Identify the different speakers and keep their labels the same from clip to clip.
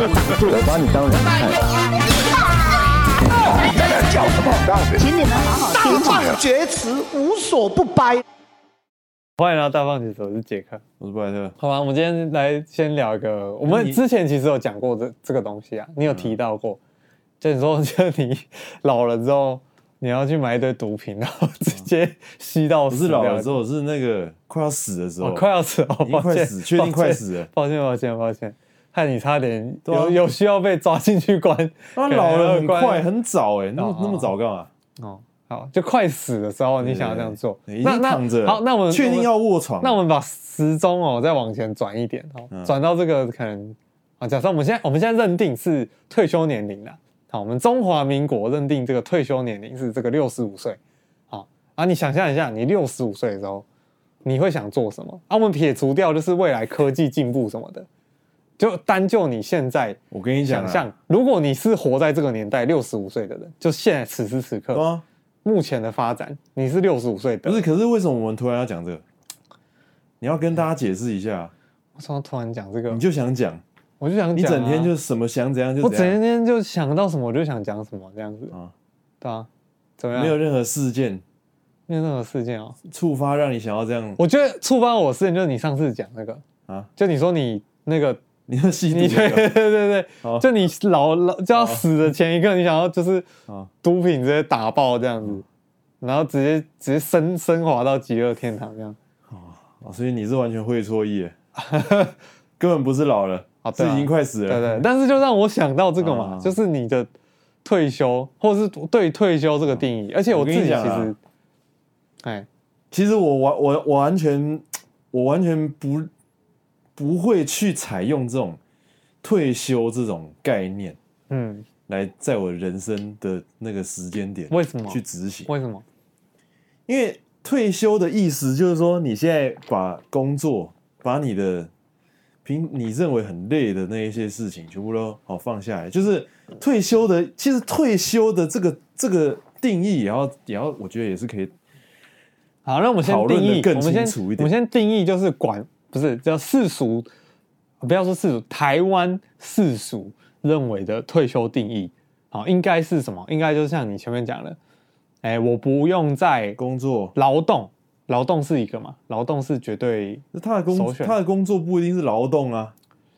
Speaker 1: 我把你当人看。
Speaker 2: 叫什么？
Speaker 3: 请你们好好听话。
Speaker 2: 大放厥词，无所不掰。
Speaker 4: 欢迎来到大放厥词，我是杰克，
Speaker 1: 我是布莱特。
Speaker 4: 好吧，我们今天来先聊一个，我们之前其实有讲过这个东西啊，你有提到过，就你说，就你老了之后，你要去买一堆毒品，然后直接吸到死。
Speaker 1: 不是老了之后，是那个快要死的时候，
Speaker 4: 快要死哦，抱歉，
Speaker 1: 确定快死了，
Speaker 4: 抱歉，害你差点有需要被抓进去关。
Speaker 1: 他老了很快，很早哎，那么早干嘛？
Speaker 4: 哦，好，就快死的时候，你想要这样做，
Speaker 1: 已经躺着。
Speaker 4: 好，那我们
Speaker 1: 确定要卧床，
Speaker 4: 那我们把时钟再往前转一点，转到这个可能啊，假设我们现在认定是退休年龄啦，好，我们中华民国认定这个退休年龄是这个65岁，好啊，你想象一下，你65岁的时候，你会想做什么？啊，我们撇除掉就是未来科技进步什么的。就单就你现在，
Speaker 1: 我跟你讲，
Speaker 4: 想象如果你是活在这个年代65岁的人，就现在此时此刻，目前的发展，你是65岁的，
Speaker 1: 不是？可是为什么我们突然要讲这个？你要跟大家解释一下。
Speaker 4: 为什么突然讲这个？
Speaker 1: 你就想讲，
Speaker 4: 我就想讲，
Speaker 1: 你整天就什么想怎样就怎样，
Speaker 4: 我整天就想到什么我就想讲什么这样子啊，对啊，怎么样？
Speaker 1: 没有任何事件，
Speaker 4: 没有任何事件哦，
Speaker 1: 触发让你想要这样。
Speaker 4: 我觉得触发我的事件就是你上次讲那个啊，就你说你那个。
Speaker 1: 你要吸毒，
Speaker 4: 对，就你老就要死的前一刻，你想要就是毒品直接打爆这样子，然后直接升华到极乐天堂这样。
Speaker 1: 哦，所以你是完全会错意，根本不是老了，是已经快死了。
Speaker 4: 对，但是就让我想到这个嘛，就是你的退休，或者是对退休这个定义，而且我自己其实，
Speaker 1: 其实我完全不会去采用这种退休这种概念，来在我人生的那个时间点，
Speaker 4: 为什么
Speaker 1: 去执行？
Speaker 4: 为什么？
Speaker 1: 因为退休的意思就是说，你现在把工作，把你的你认为很累的那一些事情，全部都放下来。就是退休的，其实退休的这个定义也要，我觉得也是可以。
Speaker 4: 好，那我们先定义，
Speaker 1: 更清楚一点。
Speaker 4: 我们先定义就是不是叫世俗，不要说世俗，台湾世俗认为的退休定义，应该是什么？应该就是像你前面讲的，我不用再
Speaker 1: 工作
Speaker 4: 劳动是一个嘛？劳动是绝对
Speaker 1: 他的工作不一定是劳动啊。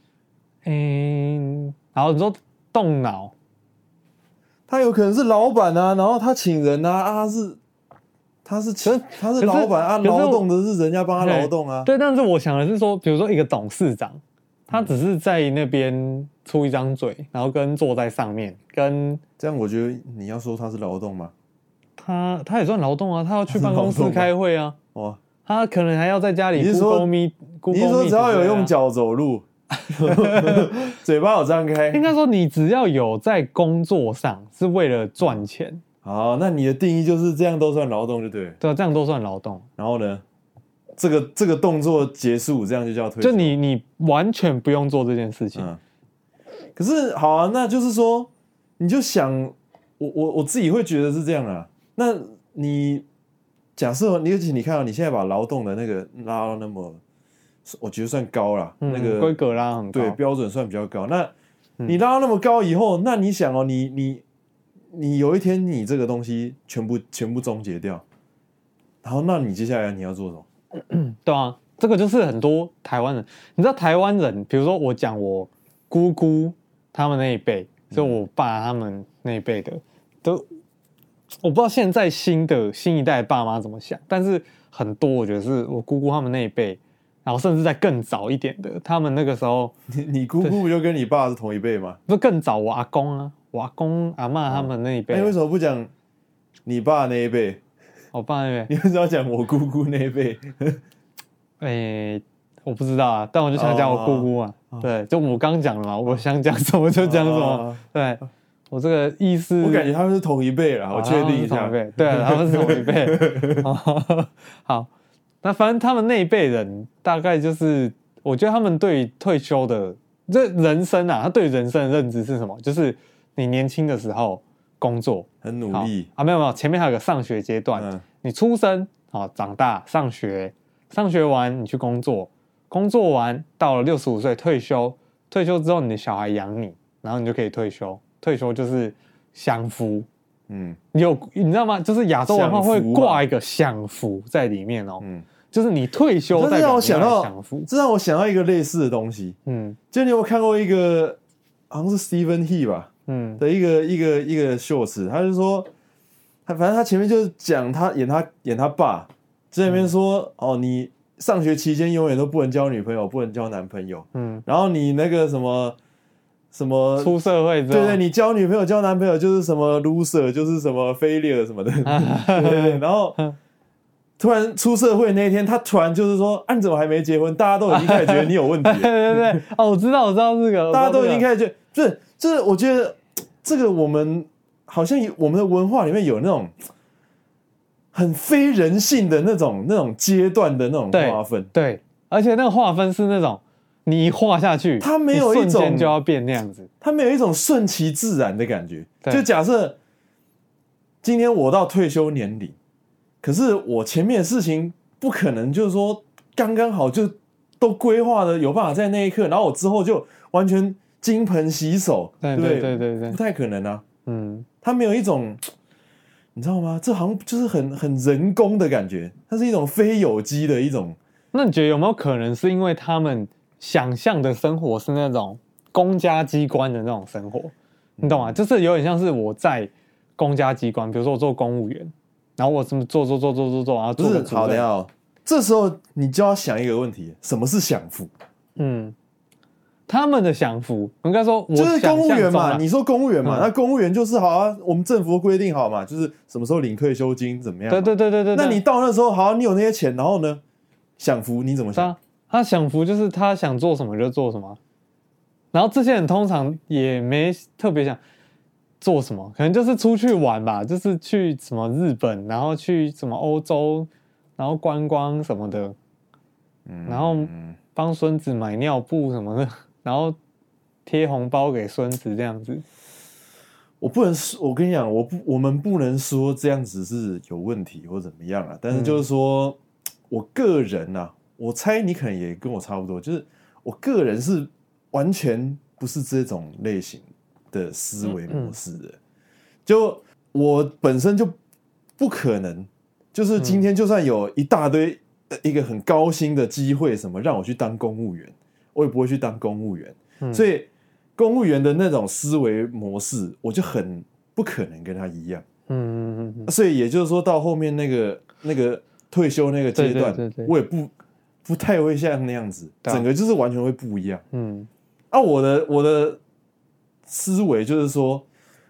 Speaker 4: 然后你说动脑，
Speaker 1: 他有可能是老板啊，然后他请人啊，他是老板啊，劳动的是人家帮他劳动啊。
Speaker 4: 对，但是我想的是说，比如说一个董事长，他只是在那边出一张嘴，然后跟坐在上面，跟
Speaker 1: 这样，我觉得你要说他是劳动吗？
Speaker 4: 他也算劳动啊，他要去办公室开会啊。哦，他可能还要在家里。
Speaker 1: 你是说只要有用脚走路，嘴巴有张开？
Speaker 4: 应该说你只要有在工作上是为了赚钱。
Speaker 1: 好，那你的定义就是这样都算劳动就对了。
Speaker 4: 对啊，这样都算劳动。
Speaker 1: 然后呢，这个动作结束，这样就叫退休。
Speaker 4: 就你完全不用做这件事情。
Speaker 1: 可是好啊，那就是说，你就想，我自己会觉得是这样啊。那你假设而且你看到你现在把劳动的那个拉到那么，我觉得算高啦，那个
Speaker 4: 规格拉很高，
Speaker 1: 对，标准算比较高。那你拉到那么高以后，那你想你有一天你这个东西全部终结掉，然后那你接下来你要做什么？
Speaker 4: 对啊，这个就是很多台湾人，你知道台湾人，比如说我讲我姑姑他们那一辈，就我爸他们那一辈的，都我不知道现在新一代的爸妈怎么想，但是很多我觉得是我姑姑他们那一辈，然后甚至在更早一点的，他们那个时候，
Speaker 1: 你姑姑不就跟你爸是同一辈吗？
Speaker 4: 不是更早，我阿公啊。我阿公阿嬷他们那一辈，
Speaker 1: 那你为什么不讲你爸那一辈？
Speaker 4: 我爸那一辈，
Speaker 1: 你为什么要讲我姑姑那一辈？
Speaker 4: 我不知道啊，但我就想讲我姑姑啊。对，就我刚讲了嘛，我想讲什么就讲什么。对，我这个意思，
Speaker 1: 我感觉他们是同一辈啦，我确定一下。
Speaker 4: 对啊，他们是同一辈。好，那反正他们那一辈人大概就是，我觉得他们对退休的这人生啊，他对人生的认知是什么？就是你年轻的时候工作
Speaker 1: 很努力
Speaker 4: 啊，没有，前面还有个上学阶段，你出生长大上学完你去工作，工作完到了65岁退休， 退休之后你的小孩养你，然后你就可以退休。退休就是享福，你知道吗？就是亚洲文化会挂一个享福在里面哦，就是你退休代表你要享福。
Speaker 1: 这让我想到一个类似的东西，就你有看过一个好像是 Stephen He 吧，的一个秀词，他就说，反正他前面就是讲他演他爸，在那边说哦，你上学期间永远都不能交女朋友，不能交男朋友，然后你那个什么
Speaker 4: 出社会之后，
Speaker 1: 对，你交女朋友交男朋友就是什么 loser， 就是什么 failure 什么的，对，然后突然出社会那一天，他突然就是说，你怎么还没结婚？大家都已经开始觉得你有问题了。
Speaker 4: 对，哦，我知道这个，
Speaker 1: 大家都已经开始觉得，就是我觉得这个我们好像我们的文化里面有那种很非人性的那种阶段的那种划分，
Speaker 4: 对，而且那个划分是那种你一画下去，
Speaker 1: 它没有一种
Speaker 4: 瞬间就要变那样子，
Speaker 1: 它没有一种顺其自然的感觉。就假设今天我到退休年龄。可是我前面的事情不可能就是说刚刚好就都规划的有办法在那一刻，然后我之后就完全金盆洗手，对不对？不太可能啊。它没有一种，你知道吗？这好像就是很人工的感觉，它是一种非有机的一种。
Speaker 4: 那你觉得有没有可能是因为他们想象的生活是那种公家机关的那种生活？你懂吗？就是有点像是我在公家机关，比如说我做公务员。然后我怎么做，然后做个主任。
Speaker 1: 好的哦，这时候你就要想一个问题：什么是享福？
Speaker 4: 他们的享福，应该说
Speaker 1: 就是公务员嘛。你说公务员嘛，那公务员就是好啊，我们政府规定好嘛，就是什么时候领退休金怎么样？
Speaker 4: 对。
Speaker 1: 那你到那时候好，你有那些钱，然后呢，享福你怎么想？
Speaker 4: 他享福就是他想做什么就做什么，然后这些人通常也没特别想。做什么？可能就是出去玩吧，就是去什么日本，然后去什么欧洲，然后观光什么的，然后帮孙子买尿布什么的，然后贴红包给孙子这样子。
Speaker 1: 我跟你讲，我们不能说这样子是有问题或怎么样啊。但是就是说，我个人啊，我猜你可能也跟我差不多，就是我个人是完全不是这种类型的思维模式的，就我本身就不可能，就是今天就算有一大堆一个很高薪的机会，什么让我去当公务员，我也不会去当公务员。所以公务员的那种思维模式，我就很不可能跟他一样。所以也就是说到后面那个退休那个阶段，我也不太会像那样子，整个就是完全会不一样。我的思维就是说，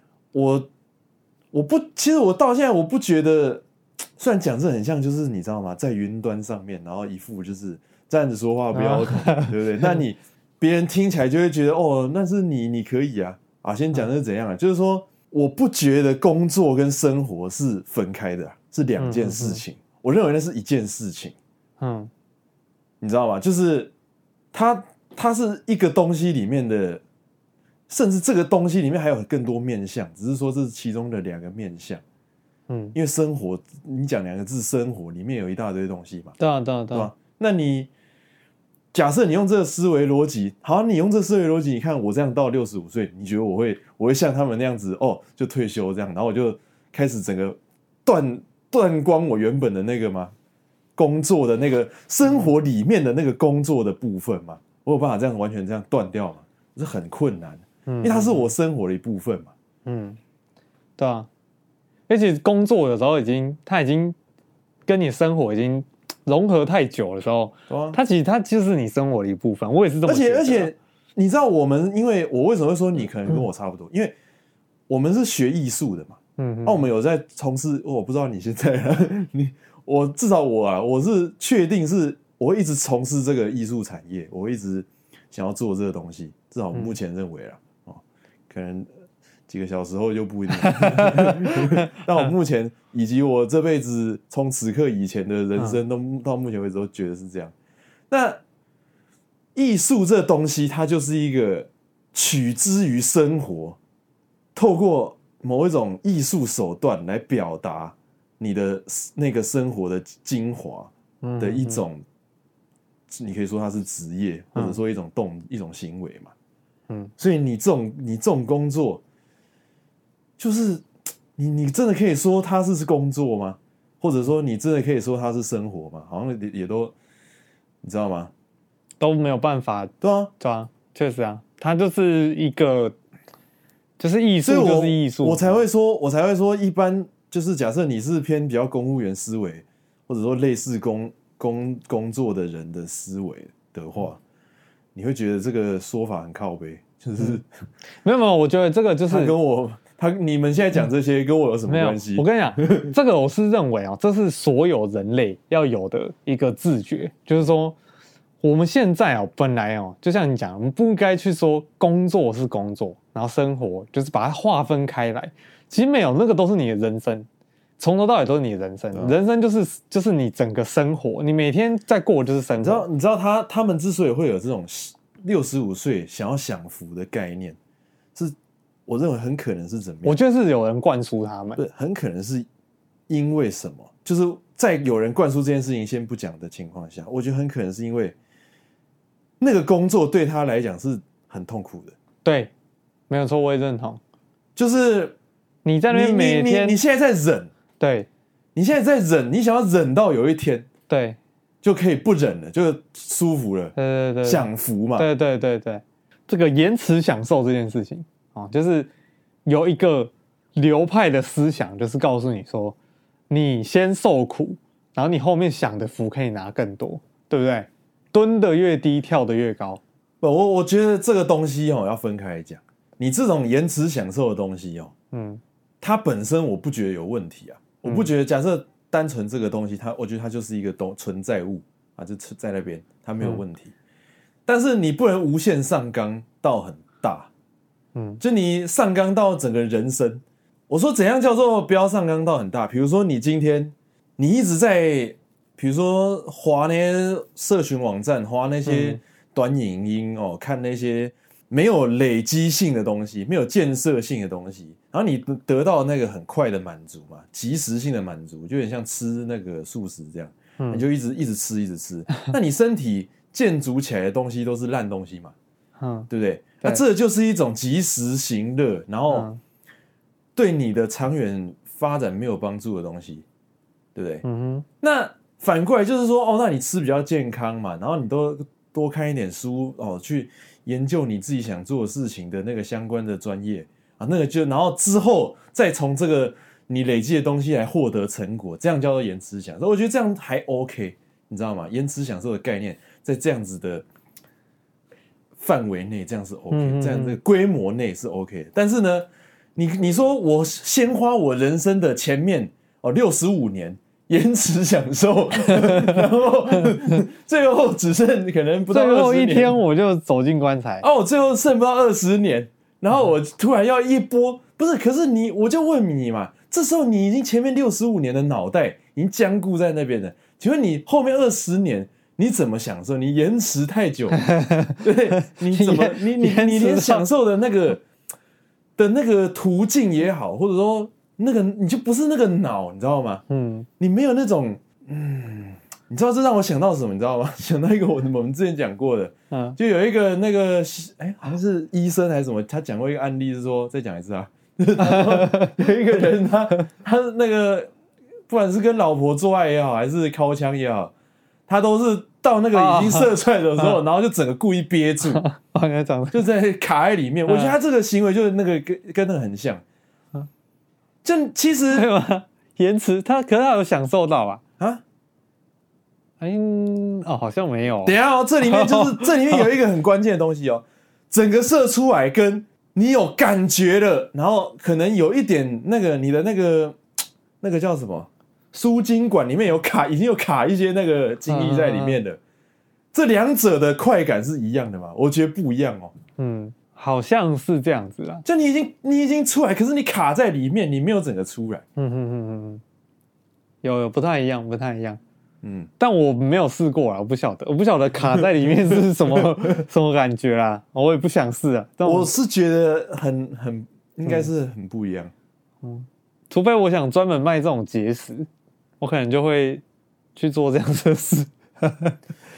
Speaker 1: 其实我到现在我不觉得，虽然讲这很像，就是你知道吗，在云端上面，然后一副就是站着说话不腰疼，对不对？那别人听起来就会觉得哦，那是你可以啊。先讲是怎样啊？就是说，我不觉得工作跟生活是分开的，是两件事情。我认为那是一件事情。你知道吗？就是它是一个东西里面的。甚至这个东西里面还有更多面向，只是说这是其中的2个面向。因为生活，你讲2个字，生活里面有一大堆东西嘛。
Speaker 4: 对
Speaker 1: 吧？那你假设你用这个思维逻辑，好，你用这个思维逻辑，你看我这样到65岁，你觉得我会像他们那样子就退休这样，然后我就开始整个断光我原本的那个吗？工作的那个生活里面的那个工作的部分嘛？我有办法这样完全这样断掉吗？是很困难。因为它是我生活的一部分嘛。
Speaker 4: 对啊，而且工作有时候它已经跟你生活已经融合太久的时候，它就是你生活的一部分。我也是这么觉得。而且
Speaker 1: 你知道因为我为什么会说你可能跟我差不多？因为我们是学艺术的嘛。我们有在从事，我不知道你现在我至少我是确定是我会一直从事这个艺术产业，我会一直想要做这个东西，至少目前认为啦。可能几个小时后就不一定。但我目前以及我这辈子从此刻以前的人生都到目前为止都觉得是这样。那艺术这东西，它就是一个取之于生活，透过某一种艺术手段来表达你的那个生活的精华的一种，你可以说它是职业，或者说一种行为嘛。 所以你这种工作，就是你真的可以说它是工作吗？或者说你真的可以说它是生活吗？好像也都你知道吗？
Speaker 4: 都没有办法。
Speaker 1: 对啊，
Speaker 4: 对啊，确实啊，它就是一个就是艺术，就是艺术，
Speaker 1: 我才会说一般就是假设你是偏比较公务员思维，或者说类似工作的人的思维的话，你会觉得这个说法很靠北，就是
Speaker 4: 没有，我觉得这个就是
Speaker 1: 你们现在讲这些跟我有什么关系？
Speaker 4: 我跟你讲，这个我是认为这是所有人类要有的一个自觉，就是说我们现在本来就像你讲，我们不应该去说工作是工作，然后生活就是把它划分开来。其实没有，那个都是你的人生，从头到尾都是你的人生。人生就是你整个生活，你每天在过就是生活。
Speaker 1: 你知道他们之所以会有这种65岁想要享福的概念，是我认为很可能是怎么样？
Speaker 4: 我觉得是有人灌输他们，
Speaker 1: 对，很可能是因为什么？就是在有人灌输这件事情先不讲的情况下，我觉得很可能是因为那个工作对他来讲是很痛苦的。
Speaker 4: 对，没有错，我也认同。
Speaker 1: 就是
Speaker 4: 你在那边每天，
Speaker 1: 你现在在忍，
Speaker 4: 对，
Speaker 1: 你现在在忍，你想要忍到有一天，
Speaker 4: 对，
Speaker 1: 就可以不忍了，就舒服了，
Speaker 4: 对，
Speaker 1: 享福嘛。
Speaker 4: 对，这个延迟享受这件事情就是有一个流派的思想，就是告诉你说，你先受苦，然后你后面享的福可以拿更多，对不对？蹲得越低，跳得越高。
Speaker 1: 我觉得这个东西要分开来讲。你这种延迟享受的东西它本身我不觉得有问题啊。我不觉得，假设单纯这个东西，我觉得它就是一个存在物啊，就在那边，它没有问题。但是你不能无限上纲到很大。就你上纲到整个人生。我说怎样叫做不要上纲到很大？比如说你今天你一直在，比如说滑那些社群网站，滑那些短影音看那些没有累积性的东西，没有建设性的东西，然后你得到那个很快的满足嘛，即时性的满足，就有点像吃那个素食这样，你就一直吃，那你身体建筑起来的东西都是烂东西嘛，对不对？那这就是一种即时行乐，然后对你的长远发展没有帮助的东西，对不对？那反过来就是说，那你吃比较健康嘛，然后你都多看一点书去研究你自己想做的事情的那个相关的专业啊，那个然后之后再从这个你累积的东西来获得成果，这样叫做延迟享受。我觉得这样还 OK， 你知道吗？延迟享受的概念在这样子的范围内，这样是 OK， 这样这个规模内是 OK 的。但是呢，你说我先花我人生的前面65年延迟享受，然后最后只剩可能不到20年，
Speaker 4: 最后一天我就走进棺材。
Speaker 1: 我最后剩不到20年，然后我突然要一波，不是？可是我就问你嘛，这时候你已经前面65年的脑袋已经僵固在那边了，请问你后面20年？你怎么享受？你延迟太久，对，你怎么你连享受的那个途径也好，或者说那个你就不是那个脑，你知道吗？你没有那种你知道这让我想到什么？你知道吗？想到一个我们之前讲过的，就有一个那个好像是医生还是什么，他讲过一个案例是说，再讲一次啊，有一个人他那个不管是跟老婆做爱也好，还是靠枪也好。他都是到那个已经射出来的时候，然后就整个故意憋住，就在卡在里面。我觉得他这个行为就是那个跟那个很像。就其实
Speaker 4: 延迟，可是他有享受到吧？好像没有。
Speaker 1: 等一下这里面有一个很关键的东西整个射出来跟你有感觉了，然后可能有一点那个你的那个叫什么？输精管里面已经有卡一些那个精液在里面的，这两者的快感是一样的吗？我觉得不一样
Speaker 4: 好像是这样子啦。
Speaker 1: 就你已经出来，可是你卡在里面，你没有整个出来。
Speaker 4: 有不太一样。但我没有试过啦，我不晓得卡在里面是什么什么感觉啦，我也不想试啊。但
Speaker 1: 我是觉得很应该是很不一样。
Speaker 4: 除非我想专门卖这种节食。我可能就会去做这样的事。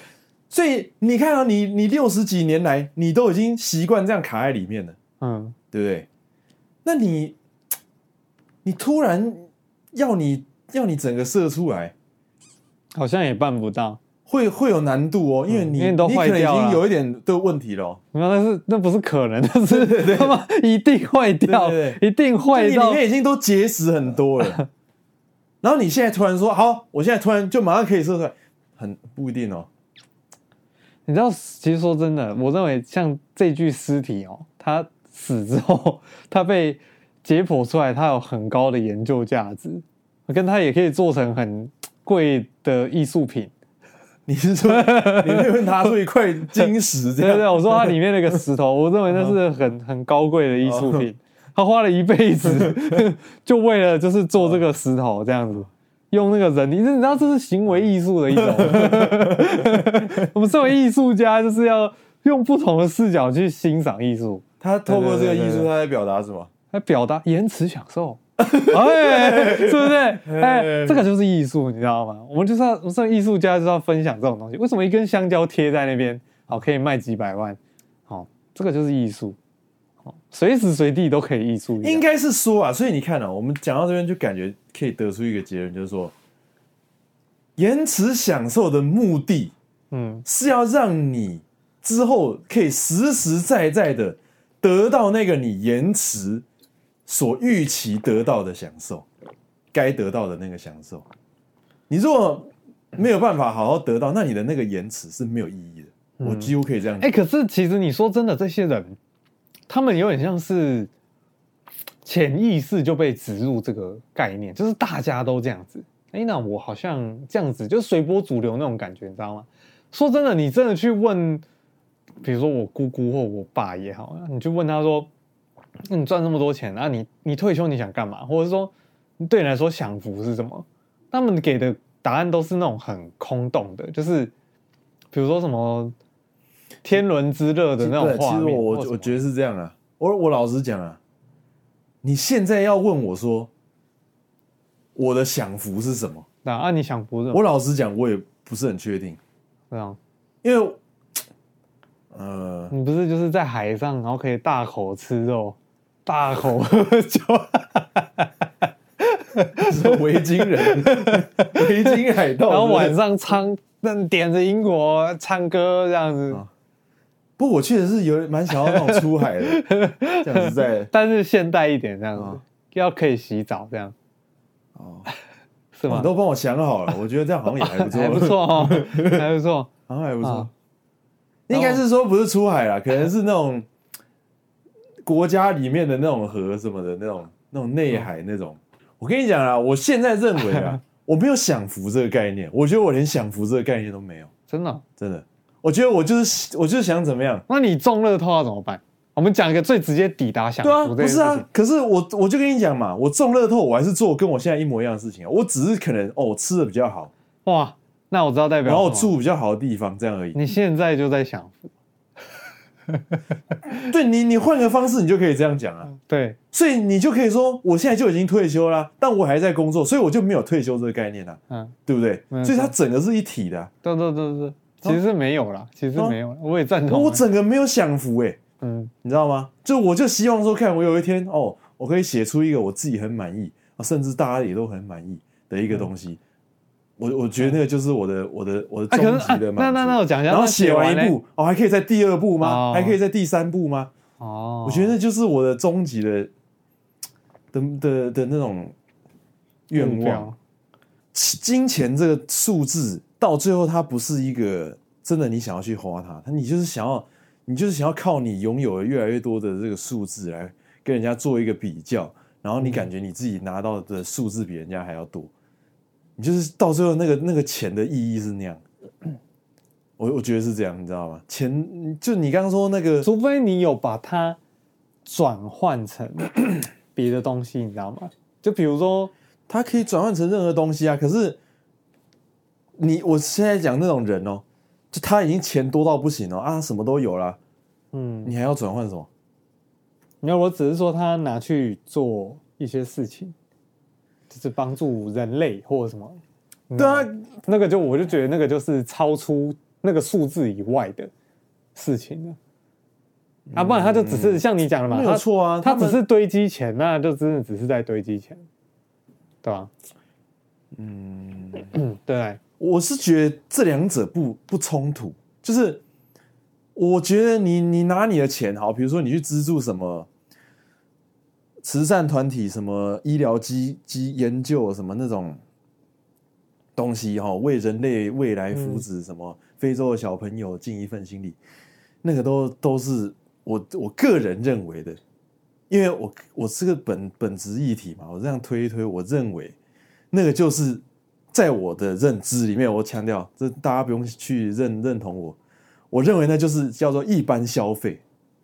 Speaker 1: 所以你看到你60几年来，你都已经习惯这样卡在里面了，对不对？那你突然要你整个射出来，
Speaker 4: 好像也办不到，
Speaker 1: 会有难度哦，因为你
Speaker 4: 都坏掉了，
Speaker 1: 你可能已经有一点的问题了、哦。
Speaker 4: 没有，那不是可能，那是他妈一定坏掉，
Speaker 1: 对，
Speaker 4: 一定坏到
Speaker 1: 你里面已经都结石很多了。然后你现在突然说好，我现在突然就马上可以射出来，很不一定哦。
Speaker 4: 你知道，其实说真的，我认为像这具尸体哦，他死之后，他被解剖出来，它有很高的研究价值，跟它也可以做成很贵的艺术品。
Speaker 1: 你是说里面会拿出一块金石这样？
Speaker 4: 对，我说它里面那个石头，我认为那是很高贵的艺术品。他花了一辈子，就为了就是做这个石头这样子。用那个人，你知道这是行为艺术的一种。我们身为艺术家，就是要用不同的视角去欣赏艺术。
Speaker 1: 他透过这个艺术，他在表达什么？
Speaker 4: 他表达延迟享受，哎，是不是？哎，这个就是艺术，你知道吗？我们就是要，我们艺术家就是要分享这种东西。为什么一根香蕉贴在那边，好可以卖几百万？好，这个就是艺术。随时随地都可以艺术，
Speaker 1: 应该是说啊，所以你看啊，我们讲到这边就感觉可以得出一个结论，就是说，延迟享受的目的，是要让你之后可以实实在在的得到那个你延迟所预期得到的享受，该得到的那个享受。你如果没有办法好好得到，那你的那个延迟是没有意义的。我几乎可以这样讲。
Speaker 4: 可是其实你说真的，这些人。他们有点像是潜意识就被植入这个概念，就是大家都这样子。那我好像这样子，就是随波逐流那种感觉，你知道吗？说真的，你真的去问，比如说我姑姑或我爸也好，你去问他说：“你赚这么多钱啊，你退休你想干嘛？”或者说对你来说享福是什么？他们给的答案都是那种很空洞的，就是比如说什么。天伦之乐的那种画面，
Speaker 1: 其实我觉得是这样啊。我老实讲啊，你现在要问我说我的享福是什么？
Speaker 4: 你享福是什么？
Speaker 1: 我老实讲，我也不是很确定。
Speaker 4: 对啊，
Speaker 1: 因为
Speaker 4: 你不是就是在海上，然后可以大口吃肉，大口喝酒，
Speaker 1: 说维京人、维京海盗，
Speaker 4: 然后晚上点着萤火唱歌这样子。
Speaker 1: 不过我确实是有蛮想要那种出海的，这样子在，
Speaker 4: 但是现代一点这样子，要可以洗澡这样。是吗？
Speaker 1: 你都帮我想好了，我觉得这样好像也还不错，
Speaker 4: 还不错哦，还不错，
Speaker 1: 好像还不错。应该是说不是出海啦，可能是那种国家里面的那种河什么的那种内海那种。我跟你讲啊，我现在认为啊，我没有享福这个概念，我觉得我连享福这个概念都没有，
Speaker 4: 真的，
Speaker 1: 真的。我觉得我就是想怎么样？
Speaker 4: 那你中乐透要怎么办？我们讲一个最直接抵达享福这件事情。
Speaker 1: 对啊，不是啊。可是我就跟你讲嘛，我中乐透，我还是做跟我现在一模一样的事情啊。我只是可能我吃的比较好，
Speaker 4: 哇，那我知道代表，
Speaker 1: 然后我住比较好的地方，这样而已。
Speaker 4: 你现在就在享福，
Speaker 1: 对你换个方式，你就可以这样讲啊。
Speaker 4: 对，
Speaker 1: 所以你就可以说，我现在就已经退休啦，但我还在工作，所以我就没有退休这个概念啦，对不对？所以它整个是一体的。
Speaker 4: 对。其实没有啦，其实没有啦，我也赞同。
Speaker 1: 我整个没有享福你知道吗？我就希望说，看我有一天我可以写出一个我自己很满意，甚至大家也都很满意的一个东西。我觉得那个就是我的终极的满足。
Speaker 4: 那我讲一下，
Speaker 1: 然后写完一部还可以在第2部吗？还可以在第3部吗？我觉得那就是我的终极的那种愿望。金钱这个数字到最后，它不是一个真的你想要去花它，你就是想要靠你拥有的越来越多的这个数字来跟人家做一个比较，然后你感觉你自己拿到的数字比人家还要多，你就是到最后那个钱的意义是那样。我觉得是这样，你知道吗？钱就你刚刚说那个，
Speaker 4: 除非你有把它转换成别的东西，你知道吗？就比如说。
Speaker 1: 它可以转换成任何东西啊，可是我现在讲那种人就他已经钱多到不行什么都有啦，你还要转换什么？
Speaker 4: 没有，我只是说他拿去做一些事情，就是帮助人类或者什么。
Speaker 1: 对啊，
Speaker 4: 那个我就觉得那个就是超出那个数字以外的事情呢？不然他就只是像你讲的嘛，
Speaker 1: 没有错啊，
Speaker 4: 他只是堆积钱，那就真的只是在堆积钱，对吧？对，
Speaker 1: 我是觉得这两者不冲突，就是我觉得你拿你的钱好，比如说你去资助什么慈善团体、什么医疗基研究什么那种东西哈，为人类未来福祉，什么非洲的小朋友尽一份心力，那个都是我个人认为的，因为我是个本质议题嘛，我这样推一推，我认为那个就是在我的认知里面，我强调这大家不用去认同我认为那就是叫做一般消费。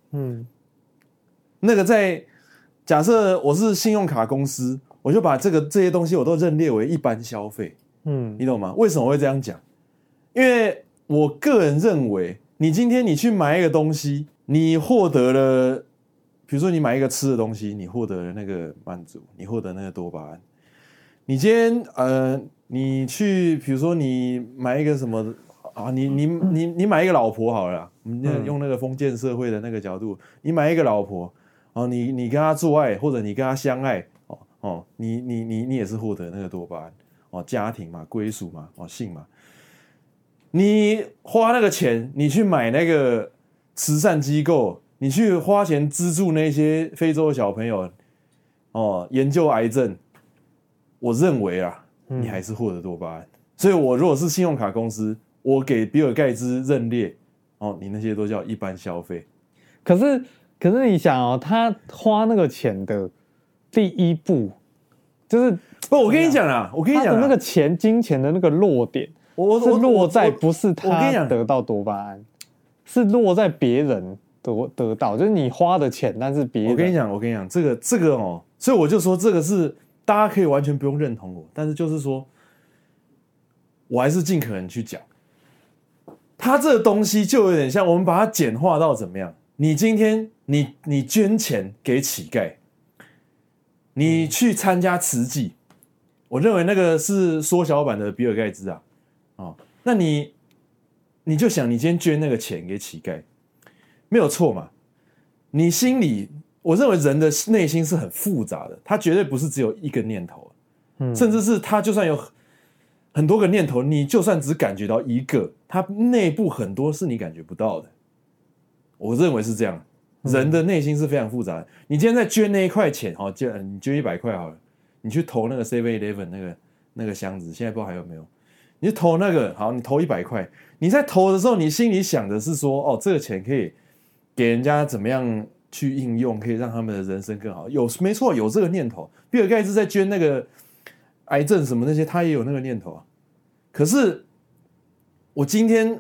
Speaker 1: 那个在假设我是信用卡公司，我就把这些东西我都认列为一般消费。你懂吗？为什么会这样讲？因为我个人认为，你今天你去买一个东西，你获得了，比如说你买一个吃的东西，你获得了那个满足，你获得那个多巴胺。你今天你去，比如说你买一个什么啊，你买一个老婆好了啦，我们用那个封建社会的那个角度，你买一个老婆，你跟她做爱，或者你跟她相爱，你也是获得那个多巴胺。家庭嘛，归属嘛，性嘛，你花那个钱，你去买那个慈善机构，你去花钱资助那些非洲的小朋友，研究癌症，我认为你还是获得多巴胺。所以我如果是信用卡公司，我给比尔盖茨认列，你那些都叫一般消费。
Speaker 4: 可是你想他花那个钱的第一步就是。
Speaker 1: 我跟你讲啦，
Speaker 4: 他的那个金钱的那个落点，是落在不是他得到多巴胺，是落在别人得到，就是你花的钱，但是别人。我跟
Speaker 1: 你讲，这个所以我就说这个是大家可以完全不用认同我，但是就是说，我还是尽可能去讲，他这个东西就有点像我们把它简化到怎么样？你今天你捐钱给乞丐，你去参加慈济。我认为那个是缩小版的比尔盖茨那你就想，你今天捐那个钱给乞丐，没有错嘛？你心里，我认为人的内心是很复杂的，他绝对不是只有一个念头，甚至是他就算有很多个念头，你就算只感觉到一个，他内部很多是你感觉不到的。我认为是这样，人的内心是非常复杂的。你今天在捐那一块钱，你捐100块好了。你去投那个 7-Eleven 那个箱子，现在不知道还有没有？你去投那个，好，你投100块。你在投的时候，你心里想的是说，这个钱可以给人家怎么样去应用，可以让他们的人生更好。没错，有这个念头。比尔盖茨在捐那个癌症什么那些，他也有那个念头啊。可是我今天，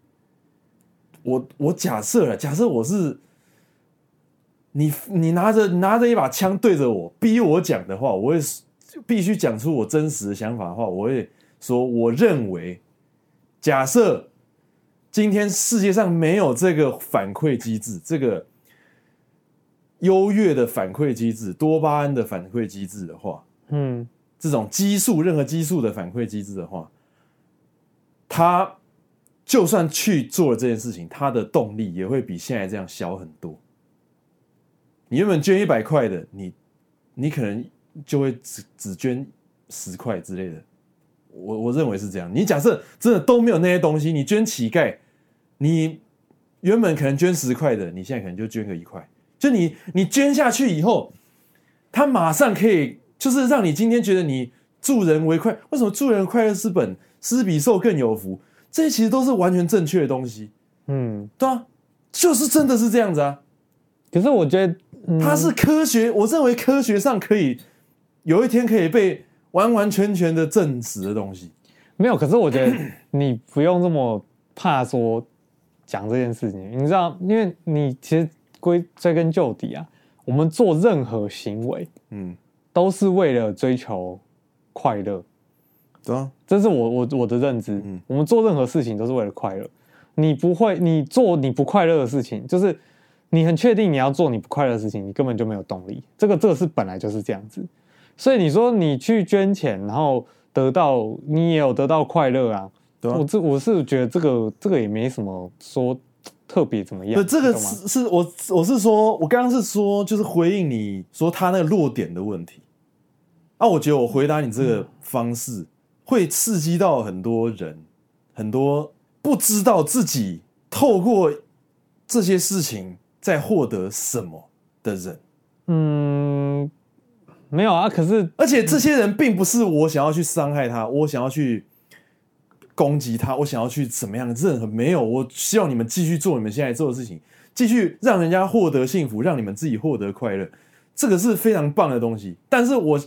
Speaker 1: 我假设我是。你拿着一把枪对着我，逼我讲的话，我会必须讲出我真实的想法的话，我会说，我认为，假设今天世界上没有这个反馈机制，这个优越的反馈机制，多巴胺的反馈机制的话，这种任何激素的反馈机制的话，他就算去做了这件事情，他的动力也会比现在这样小很多。你原本捐100块的，你可能就会只捐10块之类的。我认为是这样。你假设真的都没有那些东西，你捐乞丐，你原本可能捐10块的，你现在可能就捐个1块。就你捐下去以后，他马上可以就是让你今天觉得你助人为快。为什么助人快乐之本，施比受更有福？这些其实都是完全正确的东西。对啊，就是真的是这样子啊。
Speaker 4: 可是我觉得。
Speaker 1: 它是科学，我认为科学上可以有一天可以被完完全全的证实的东西。
Speaker 4: 没有，可是我觉得你不用这么怕说讲这件事情，你知道，因为你其实追根究底啊，我们做任何行为，都是为了追求快乐。
Speaker 1: 对啊，
Speaker 4: 这是我的认知。我们做任何事情都是为了快乐。你做你不快乐的事情，就是。你很确定你要做你不快乐的事情，你根本就没有动力。这个是本来就是这样子，所以你说你去捐钱，然后你也有得到快乐啊，
Speaker 1: 对吧？
Speaker 4: 我是觉得这个也没什么说特别怎么样。
Speaker 1: 这个是我是说，我刚刚是说就是回应你说他那个弱点的问题啊，我觉得我回答你这个方式会刺激到很多人，很多不知道自己透过这些事情在获得什么的人。
Speaker 4: 没有啊，可是
Speaker 1: 而且这些人并不是我想要去伤害他，我想要去攻击他，我想要去怎么样，任何没有。我希望你们继续做你们现在做的事情，继续让人家获得幸福，让你们自己获得快乐，这个是非常棒的东西。但是我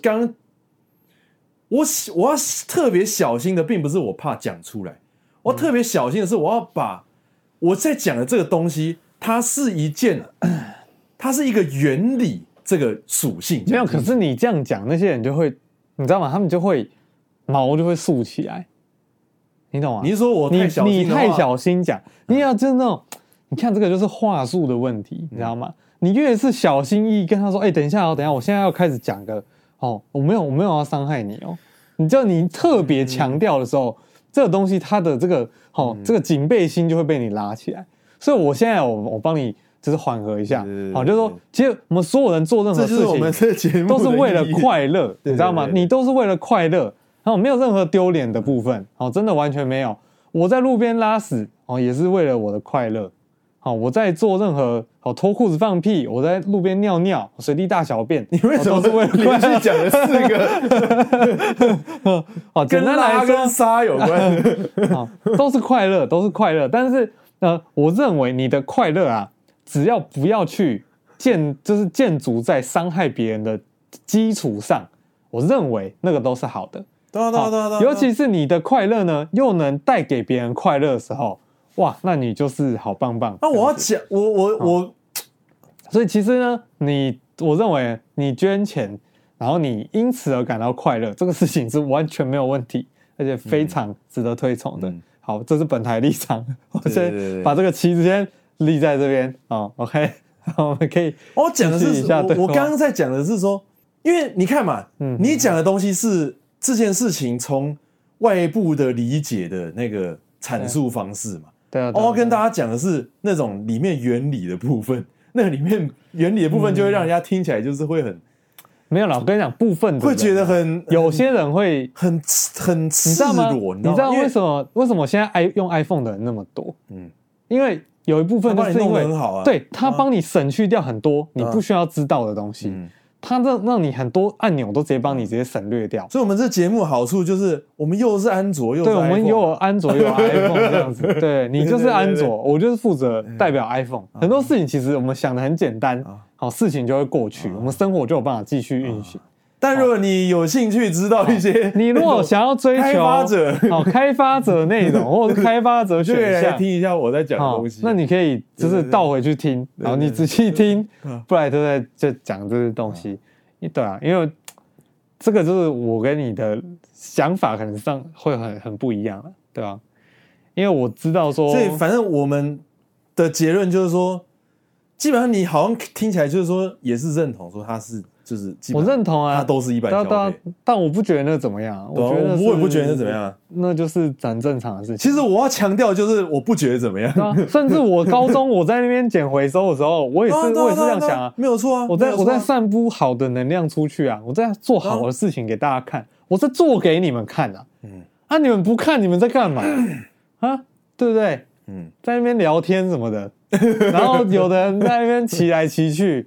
Speaker 1: 要特别小心的，并不是我怕讲出来，我特别小心的是，我要把我在讲的这个东西，它是一个原理。这个属性
Speaker 4: 没有，可是你这样讲，那些人就会，你知道吗？他们就会毛就会竖起来，你懂吗？
Speaker 1: 你是说我太小心的话？
Speaker 4: 你太小心讲，你要就是那种，你看这个就是话术的问题，你知道吗？你越是小心翼翼跟他说，等一下哦，等一下，我现在要开始讲个哦，我没有要伤害你哦，你特别强调的时候，这个东西它的这个这个警备心就会被你拉起来，所以我现在我帮你。就是缓和一下，好，就是说，其实我们所有人做任何事情，都是为了快乐，你知道吗？你都是为了快乐，然后没有任何丢脸的部分，好，真的完全没有。我在路边拉屎，哦，也是为了我的快乐。好，我在做任何脱裤子放屁，我在路边尿尿，随地大小便，
Speaker 1: 你为什么
Speaker 4: 都是为了
Speaker 1: 连续讲了4个？
Speaker 4: 哦，简单来说，
Speaker 1: 跟沙有关，
Speaker 4: 都是快乐，都是快乐。但是我认为你的快乐啊。只要不要去就是建筑在伤害别人的基础上，我认为那个都是好的。
Speaker 1: 对，
Speaker 4: 尤其是你的快乐呢，又能带给别人快乐的时候，哇，那你就是好棒棒。
Speaker 1: 那我要讲，我，
Speaker 4: 所以其实呢，我认为你捐钱，然后你因此而感到快乐，这个事情是完全没有问题，而且非常值得推崇的。好，这是本台立场，我先把这个旗子先。立在这边OK， 我们可以。
Speaker 1: 我讲的是，我刚刚在讲的是说，因为你看嘛，你讲的东西是这件事情从外部的理解的那个阐述方式嘛。
Speaker 4: 对啊。
Speaker 1: 我跟大家讲的是那种里面原理的部分，那个里面原理的部分就会让人家听起来就是会很
Speaker 4: 没有啦。我跟你讲，部分的
Speaker 1: 会觉得
Speaker 4: 有些人会
Speaker 1: 很赤裸，
Speaker 4: 你知道为什么现在用 iPhone 的人那么多？因为。有一部分就是因为对他帮你省去掉很多你不需要知道的东西，他让你很多按钮都直接帮你直接省略掉。
Speaker 1: 所以我们这节目好处就是我们又是安卓又是 iPhone，
Speaker 4: 对，我们又有安卓又有 iPhone 这样子。对，你就是安卓，我就是负责代表 iPhone。很多事情其实我们想的很简单，好，事情就会过去，我们生活就有办法继续运行。
Speaker 1: 但如果你有兴趣知道一些，
Speaker 4: 你如果想要追求开发者内容或者是开发者选项，
Speaker 1: 来听一下我在讲的东西。
Speaker 4: 那你可以就是倒回去听，然后你仔细听，布莱特在就讲这些东西。对啊，因为这个就是我跟你的想法可能上会很不一样了，对吧？因为我知道说，
Speaker 1: 所以反正我们的结论就是说，基本上你好像听起来就是说也是认同说他是。就是
Speaker 4: 我认同啊，
Speaker 1: 它都是一般消费，
Speaker 4: 但我不觉得那怎么样。我觉得
Speaker 1: 我也不觉得那怎么样，
Speaker 4: 那就是很正常的事情。
Speaker 1: 其实我要强调就是我不觉得怎么样，
Speaker 4: 甚至我高中我在那边捡回收的时候，我也是这样想啊，
Speaker 1: 没有错啊。
Speaker 4: 我在散布好的能量出去啊，我在做好的事情给大家看，我在做给你们看啊。你们不看，你们在干嘛啊？对不对？在那边聊天什么的，然后有的人在那边骑来骑去。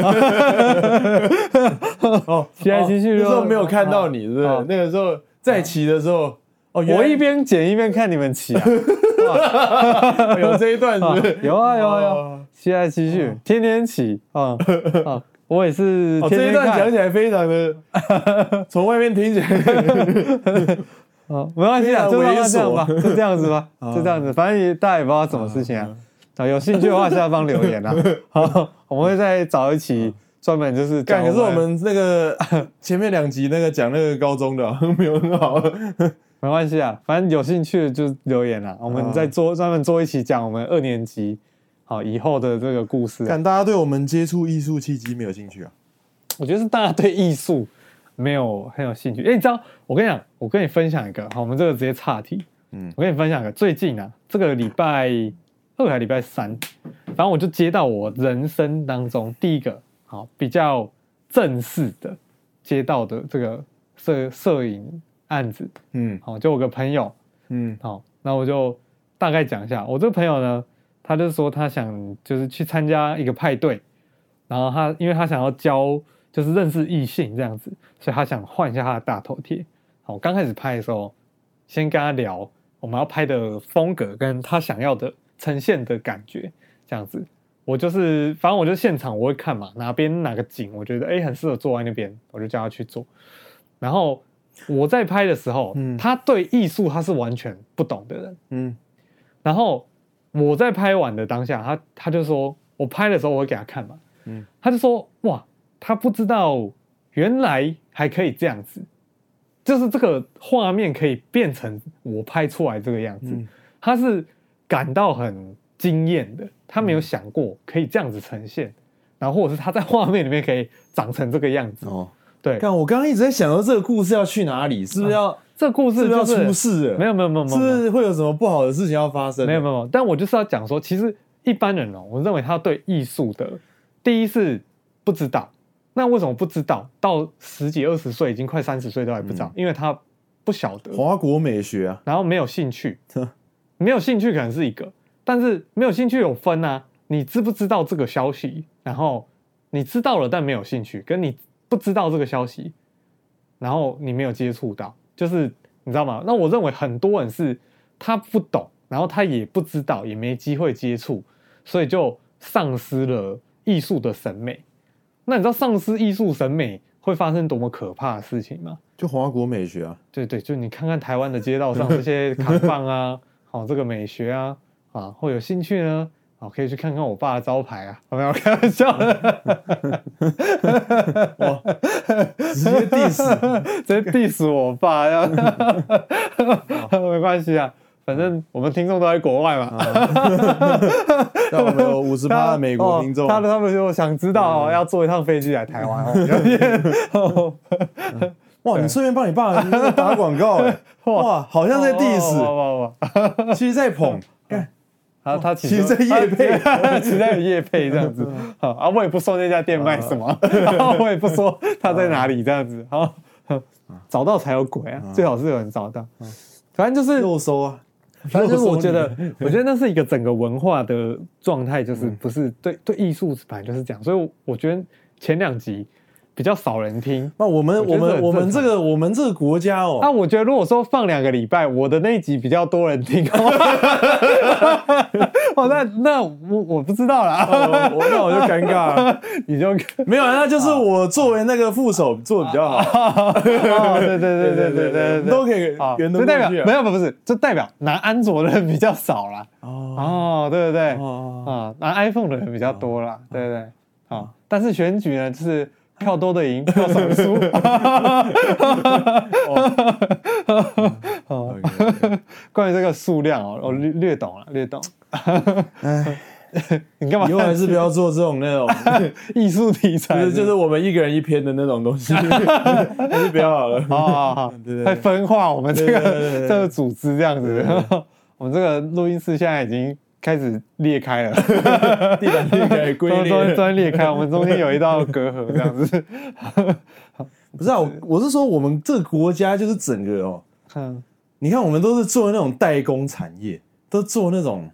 Speaker 4: 骑来骑去的
Speaker 1: 时候没有看到你，是不是？那个时候在骑的时候，
Speaker 4: 我一边捡一边看你们骑啊。
Speaker 1: 有这一段是不是？
Speaker 4: 有啊，骑来骑去，天天骑啊。我也是天天看。
Speaker 1: 这一段讲起来非常的，从外面听起来，
Speaker 4: 没关系啊，就这样吧，就这样子吧，就这样子，反正大家也不知道什么事情啊。有兴趣的话，下方留言啊。好，我们会再找一期专门就是讲。
Speaker 1: 可是我们那个前面2集那个讲那个高中的没有很好，
Speaker 4: 没关系啊，反正有兴趣的就留言啦。我们再专门做一期讲我们2年级好以后的这个故事。
Speaker 1: 看大家对我们接触艺术契机没有兴趣啊？
Speaker 4: 我觉得是大家对艺术没有很有兴趣。你知道，我跟你讲，我跟你分享一个，好，我们这个直接岔题。 我跟你分享一个最近啊，这个礼拜2还礼拜3，反正我就接到我人生当中第一个比较正式的接到的这个摄影案子。就我个朋友，那我就大概讲一下，我这个朋友呢，他就说他想就是去参加一个派对，然后因为他想要就是认识异性这样子，所以他想换一下他的大头贴。我刚开始拍的时候，先跟他聊我们要拍的风格跟他想要的呈现的感觉，这样子。反正我就现场我会看嘛，哪个景我觉得很适合坐在那边，我就叫他去做。然后我在拍的时候，他对艺术他是完全不懂的人，然后我在拍完的当下，他就说，我拍的时候我会给他看嘛，他就说哇，他不知道原来还可以这样子，就是这个画面可以变成我拍出来这个样子，他是感到很惊艳的，他没有想过可以这样子呈现，然后或者是他在画面里面可以长成这个样子。对，
Speaker 1: 看我刚刚一直在想说这个故事要去哪里，是不是要
Speaker 4: 这个故事
Speaker 1: 是不是要出事了？
Speaker 4: 没有，
Speaker 1: 是不是会有什么不好的事情要发生？
Speaker 4: 没有，但我就是要讲说，其实一般人我认为他对艺术的第一是不知道，那为什么不知道？到10几20岁，已经快30岁都还不知道，因为他不晓得
Speaker 1: 华国美学啊，
Speaker 4: 然后没有兴趣，没有兴趣可能是一个，但是没有兴趣有分啊，你知不知道这个消息？然后你知道了但没有兴趣，跟你不知道这个消息，然后你没有接触到，就是你知道吗？那我认为很多人是他不懂，然后他也不知道，也没机会接触，所以就丧失了艺术的审美。那你知道丧失艺术审美会发生多么可怕的事情吗？
Speaker 1: 就华国美学啊，
Speaker 4: 对，就你看看台湾的街道上这些扛棒啊，这个美学啊，会有兴趣呢，可以去看看我爸的招牌啊，有没有？开玩笑的，
Speaker 1: 哇，直接 diss，
Speaker 4: 直接 diss 我爸，没关系啊。反正我们听众都在国外嘛，
Speaker 1: 那我们有50%的美国听众，
Speaker 4: 他们就想知道要坐一趟飞机来台湾
Speaker 1: 哇，你顺便帮你爸打广告哇，好像在 diss， 其实在捧，
Speaker 4: 他
Speaker 1: 其实在业配，
Speaker 4: 其实在业配这样子我也不说那家店卖什么，我也不说他在哪里这样子，找到才有鬼啊，最好是有人找到，反正就是
Speaker 1: 肉搜啊。
Speaker 4: 反正就是我觉得那是一个整个文化的状态，就是不是对艺术本来就是这样，所以我觉得前2集比较少人听。那我们这个国家那
Speaker 1: 我
Speaker 4: 觉得如果说放2个礼拜，我的那一集比较多人听那我不知道啦，
Speaker 1: 那我就尴尬了，
Speaker 4: 你就
Speaker 1: 没有，那就是我作为那个副手做的比较好。对，都可以圆得过去。
Speaker 4: 就代表没有不是，就代表拿安卓的人比较少啦。对不对？拿 iPhone 的人比较多啦，对不对？但是选举呢，就是票多的赢，票少的输。关于这个数量我略懂。你干嘛？
Speaker 1: 以后还是不要做这种那种
Speaker 4: 艺术题材，
Speaker 1: 就是我们一个人一篇的那种东西，还是不要好了。
Speaker 4: 好，会分化我们这个组织这样子。我们这个录音室现在已经开始裂开了，
Speaker 1: 地板裂开，龟裂，
Speaker 4: 终于裂开，我们中间有一道隔阂这样子。
Speaker 1: 不是我是说我们这个国家就是整个你看我们都是做那种代工产业，都做那种，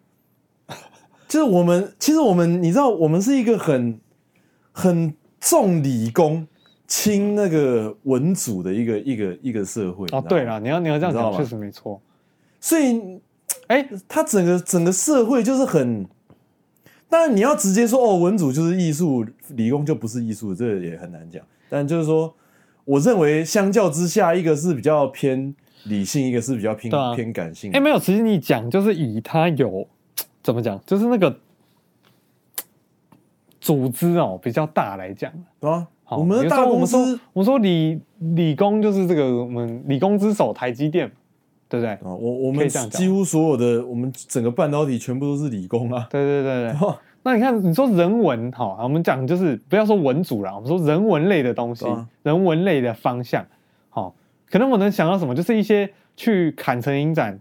Speaker 1: 就是其实我们你知道我们是一个很重理工轻那个文组的一个社会。
Speaker 4: 对啦，你要这样讲确实没错。
Speaker 1: 所以它整个社会就是很，当然你要直接说文组就是艺术，理工就不是艺术，这也很难讲。但就是说，我认为相较之下，一个是比较偏理性，一个是比较偏感性。
Speaker 4: 没有，其实你讲就是以它有怎么讲，就是那个组织比较大来讲，
Speaker 1: 对啊。我们的大公司，
Speaker 4: 我们说理工就是这个我们理工之首台积电。对不对？
Speaker 1: 我们几乎所有的，我们整个半导体全部都是理工啊。
Speaker 4: 对。那你看，你说人文我们讲就是不要说文组啦，我们说人文类的东西，人文类的方向，可能我能想到什么，就是一些去坎城影展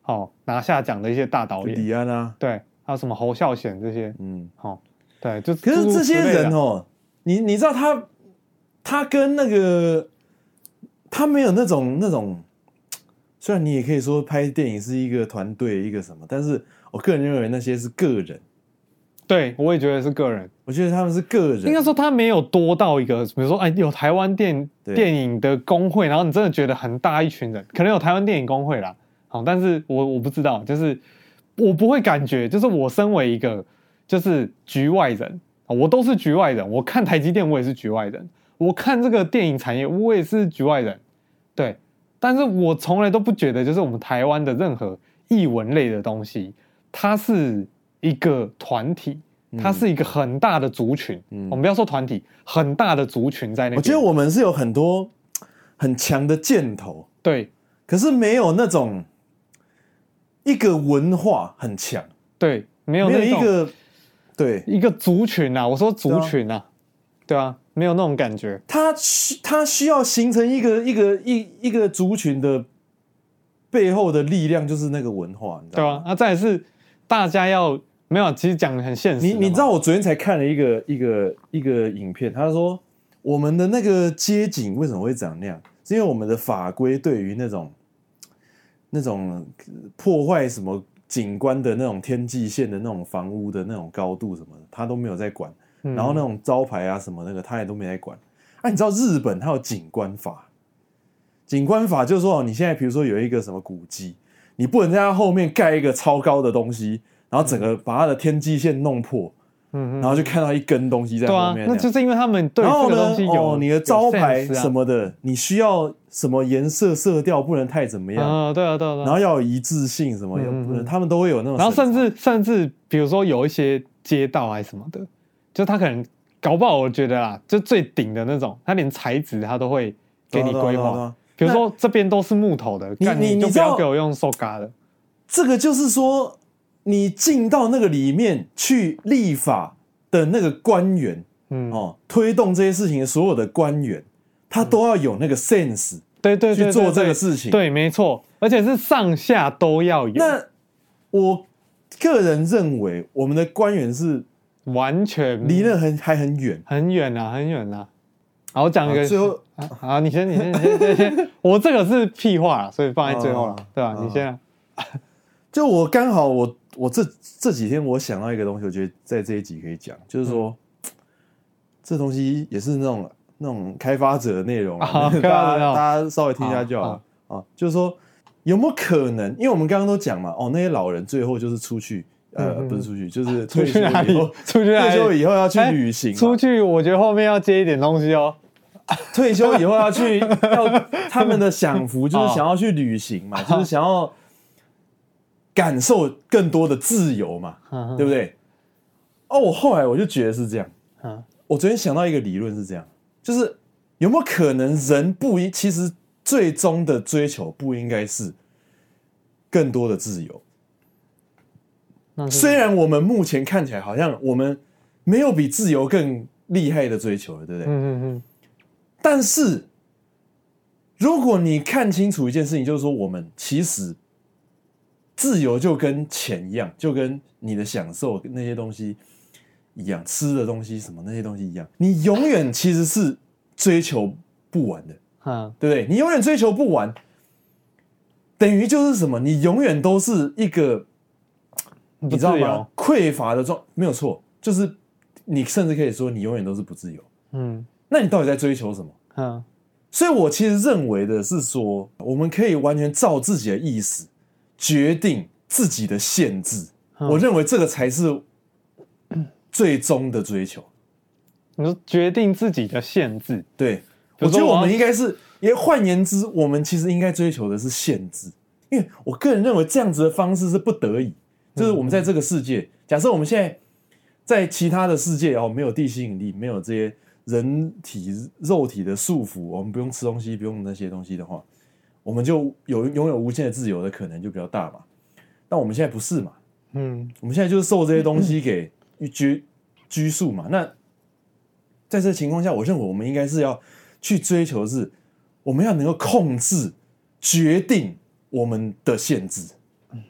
Speaker 4: 拿下奖的一些大导演，
Speaker 1: 李安啊，
Speaker 4: 对，还有什么侯孝贤这些，对，就
Speaker 1: 可是这些人你知道他跟那个他没有那种，虽然你也可以说拍电影是一个团队一个什么，但是我个人认为那些是个人。
Speaker 4: 对，我也觉得是个人。
Speaker 1: 我觉得他们是个人，
Speaker 4: 应该说他没有多到一个，比如说，有台湾电影的工会，然后你真的觉得很大一群人，可能有台湾电影工会啦，但是我不知道，就是我不会感觉，就是我身为一个就是局外人，我都是局外人，我看台积电我也是局外人，我看这个电影产业我也是局外人，对，但是我从来都不觉得，就是我们台湾的任何艺文类的东西，它是一个团体，它是一个很大的族群。我们不要说团体，很大的族群在那边。
Speaker 1: 我觉得我们是有很多很强的箭头，
Speaker 4: 对，
Speaker 1: 可是没有那种一个文化很强，
Speaker 4: 对，没有一个
Speaker 1: 对
Speaker 4: 一个族群啊。我说族群啊，对啊，没有那种感觉。
Speaker 1: 它需要形成一个族群的背后的力量，就是那个文化，你知道吗？
Speaker 4: 对啊，再来是大家要。没有，其实讲的很现实。
Speaker 1: 你知道我昨天才看了一个影片，他说我们的那个街景为什么会长那样？是因为我们的法规对于那种破坏什么景观的那种天际线的那种房屋的那种高度什么的，他都没有在管。然后那种招牌啊什么那个，他也都没在管。你知道日本它有景观法，景观法就是说你现在比如说有一个什么古迹，你不能在它后面盖一个超高的东西。然后整个把它的天际线弄破，然后就看到一根东西在后面。
Speaker 4: 那就是因为他们对这个东西有
Speaker 1: 你的招牌什么的，你需要什么颜色色调不能太怎么样
Speaker 4: 对啊。
Speaker 1: 然后要有一致性什么，不能他们都会有那种。
Speaker 4: 然后甚至比如说有一些街道还是什么的，就他可能搞不好，我觉得啦，就最顶的那种，他连材质他都会给你规划。比如说这边都是木头的，你就不要给我用塑胶的。
Speaker 1: 这个就是说。你进到那个里面去立法的那个官员，推动这些事情的所有的官员，他都要有那个 sense，
Speaker 4: 对，
Speaker 1: 去做这个事情，
Speaker 4: 对，没错，而且是上下都要有。
Speaker 1: 那我个人认为，我们的官员是
Speaker 4: 完全
Speaker 1: 离那还很远，
Speaker 4: 很远啊。好，我讲一个，
Speaker 1: 最后
Speaker 4: 好，你先，我这个是屁话啦，所以放在最后了，对吧？你先。
Speaker 1: 就我刚好我这几天我想到一个东西，我觉得在这一集可以讲，就是说，这东西也是那种开发者的内容，大家稍微听一下就好啊。就是说有没有可能，因为我们刚刚都讲嘛，那些老人最后就是出去，不是出去，就是退休以后，退休以后要去旅行，
Speaker 4: 出去，我觉得后面要接一点东西哦。
Speaker 1: 退休以后要他们的享福就是想要去旅行嘛，就是想要。感受更多的自由嘛，对不对？我后来我就觉得是这样。我昨天想到一个理论是这样，就是有没有可能人其实最终的追求不应该是更多的自由？虽然我们目前看起来好像我们没有比自由更厉害的追求了，对不对？但是如果你看清楚一件事情，就是说我们其实。自由就跟钱一样，就跟你的享受那些东西一样，吃的东西什么那些东西一样，你永远其实是追求不完的，对不对？你永远追求不完，等于就是什么？你永远都是一个，你知道吗？匮乏的没有错，就是你甚至可以说你永远都是不自由。那你到底在追求什么？所以我其实认为的是说，我们可以完全照自己的意思。决定自己的限制，我认为这个才是最终的追求。
Speaker 4: 你说决定自己的限制，
Speaker 1: 对，我觉得我们应该是，也换言之，我们其实应该追求的是限制，因为我个人认为这样子的方式是不得已，就是我们在这个世界，假设我们现在在其他的世界没有地心引力，没有这些人体肉体的束缚，我们不用吃东西，不用那些东西的话。我们就拥有无限的自由的可能就比较大嘛，但我们现在不是嘛，我们现在就是受这些东西给拘束嘛。那在这情况下，我认为我们应该是要去追求的是，我们要能够控制、决定我们的限制。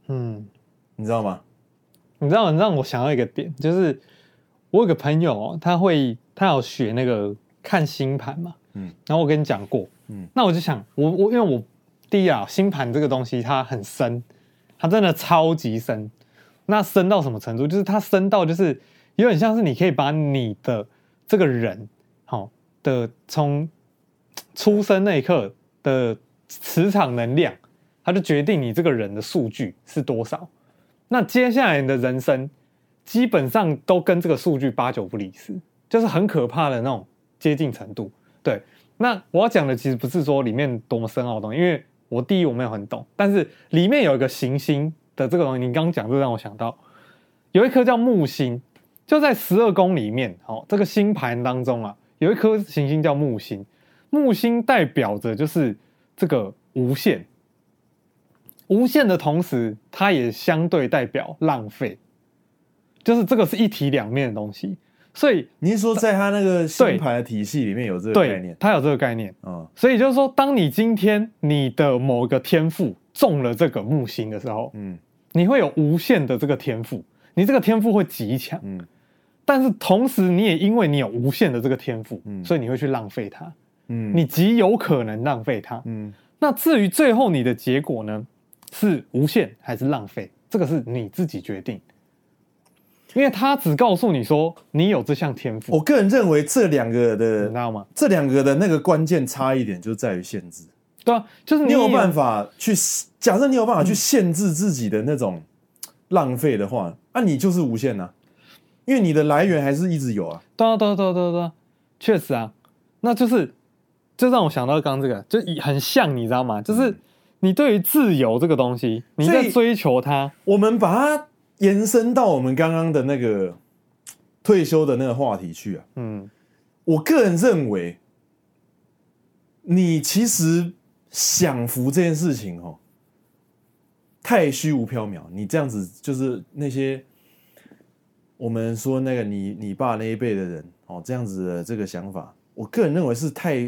Speaker 1: 你知道吗？
Speaker 4: 你知道让我想到一个点，就是我有个朋友他有学那个看星盘嘛，然后我跟你讲过，那我就想因为我第一星盘这个东西它很深，它真的超级深，那深到什么程度？就是它深到就是有点像是你可以把你的这个人的从出生那一刻的磁场能量，它就决定你这个人的数据是多少。那接下来你的人生基本上都跟这个数据8、9不离十，就是很可怕的那种接近程度。对，那我要讲的其实不是说里面多么深奥的东西，因为我没有很懂，但是里面有一个行星的这个东西，你刚刚讲就让我想到有一颗叫木星，就在12宫里面，这个星盘当中有一颗行星叫木星，木星代表着就是这个无限。无限的同时，它也相对代表浪费，就是这个是一体两面的东西。所以
Speaker 1: 你是说，在他那个星盘的体系里面有这个概念？
Speaker 4: 它有这个概念。所以就是说，当你今天你的某个天赋中了这个木星的时候，你会有无限的这个天赋，你这个天赋会极强。但是同时，你也因为你有无限的这个天赋，所以你会去浪费它。你极有可能浪费它。那至于最后你的结果呢？是无限还是浪费？这个是你自己决定，因为他只告诉你说你有这项天赋。
Speaker 1: 我个人认为这两个的，
Speaker 4: 你知道吗？
Speaker 1: 这两个的那个关键差异点就在于限制。
Speaker 4: 对啊，就是
Speaker 1: 你有办法去假设你有办法去限制自己的那种浪费的话，你就是无限啊，因为你的来源还是一直有啊。
Speaker 4: 对，确实啊，那就让我想到刚刚这个，就很像，你知道吗？就是你对于自由这个东西，你在追求它，
Speaker 1: 我们把它延伸到我们刚刚的那个退休的那个话题去啊。我个人认为，你其实享福这件事情太虚无缥缈。你这样子就是那些我们说那个你爸那一辈的人这样子的这个想法，我个人认为是太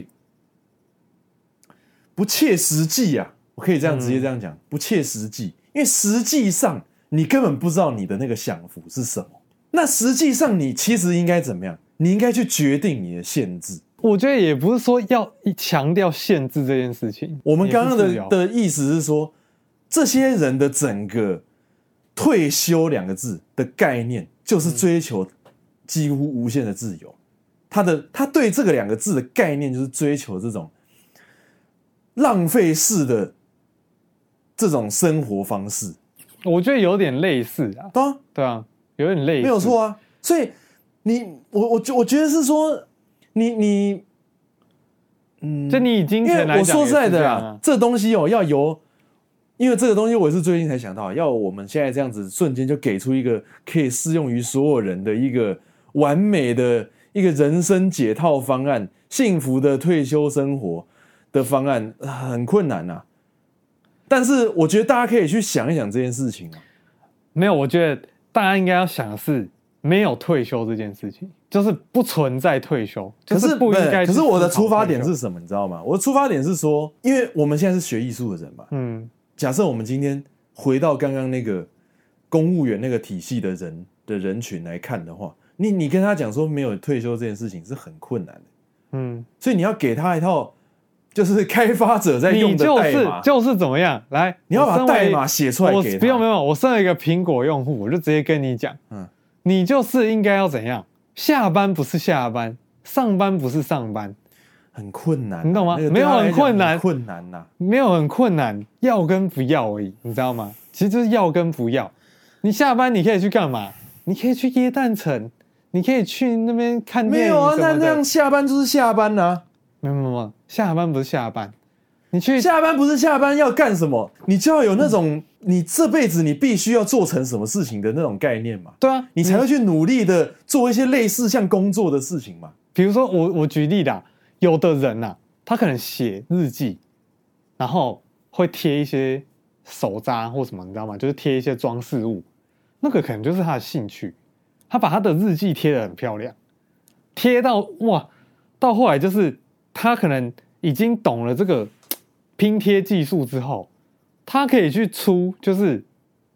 Speaker 1: 不切实际啊。我可以这样直接这样讲，不切实际，因为实际上你根本不知道你的那个享福是什么。那实际上你其实应该怎么样？你应该去决定你的限制。
Speaker 4: 我觉得也不是说要强调限制这件事情。
Speaker 1: 我们刚刚的意思是说，这些人的整个退休2个字的概念，就是追求几乎无限的自由。他对这个2个字的概念，就是追求这种浪费式的这种生活方式。
Speaker 4: 我觉得有点类似啊。对啊，有点类似，
Speaker 1: 没有错啊。所以我觉得是说你
Speaker 4: 就你以金钱来讲，
Speaker 1: 因为我说实在的这东西要由，因为这个东西我也是最近才想到，要我们现在这样子瞬间就给出一个可以适用于所有人的一个完美的一个人生解套方案，幸福的退休生活的方案，很困难啊。但是我觉得大家可以去想一想这件事情啊。
Speaker 4: 没有，我觉得大家应该要想的是，没有退休这件事情，就是不存在退休，就是不应该。
Speaker 1: 可是我的出发点是什么？你知道吗？我的出发点是说，因为我们现在是学艺术的人嘛，假设我们今天回到刚刚那个公务员那个体系的人群来看的话，你跟他讲说没有退休这件事情是很困难的，所以你要给他一套。就是开发者在用的代码，
Speaker 4: 就是怎么样？来，
Speaker 1: 你要把代码写出来给他。
Speaker 4: 不用，我身为一个苹果用户，我就直接跟你讲，你就是应该要怎样？下班不是下班，上班不是上班，
Speaker 1: 很困难，
Speaker 4: 你懂吗？没有很困难，
Speaker 1: 困难呐，
Speaker 4: 没有很困难，要跟不要而已，你知道吗？其实就是要跟不要。你下班你可以去干嘛？你可以去耶诞城，你可以去那边看电影什么的。
Speaker 1: 没有啊，那样下班就是下班啊。
Speaker 4: 没有，下班不是下班，你去
Speaker 1: 下班不是下班要干什么？你就要有那种你这辈子你必须要做成什么事情的那种概念嘛。
Speaker 4: 对啊，
Speaker 1: 你才会去努力的做一些类似像工作的事情嘛。
Speaker 4: 比如说我举例啦，有的人他可能写日记，然后会贴一些手札或什么，你知道吗？就是贴一些装饰物，那个可能就是他的兴趣。他把他的日记贴得很漂亮，贴到哇，到后来就是他可能已经懂了这个拼贴技术之后，他可以去出就是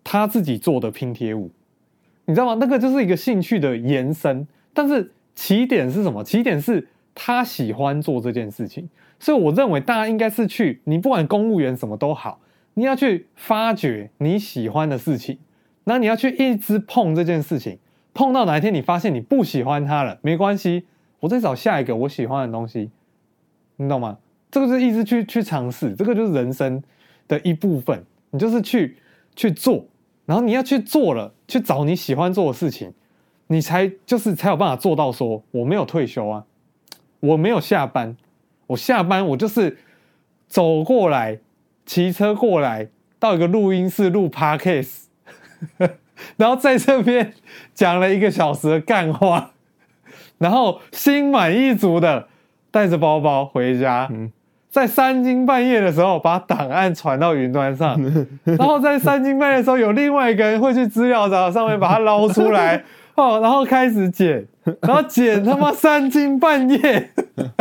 Speaker 4: 他自己做的拼贴舞，你知道吗？那个就是一个兴趣的延伸，但是起点是什么？起点是他喜欢做这件事情，所以我认为大家应该是去，你不管公务员什么都好，你要去发掘你喜欢的事情，然后你要去一直碰这件事情，碰到哪一天你发现你不喜欢它了，没关系，我再找下一个我喜欢的东西，你懂吗？这个是一直去尝试，这个就是人生的一部分，你就是去做，然后你要去做了，去找你喜欢做的事情，你才有办法做到说我没有退休啊，我没有下班，我下班我就是走过来，骑车过来到一个录音室录 podcast， 然后在这边讲了1个小时的干话，然后心满意足的带着包包回家。在3更半夜的时候把档案传到云端上，然后在3更半夜的时候有另外一个人会去资料夹上面把它捞出来然后开始剪，然后剪他妈3更半夜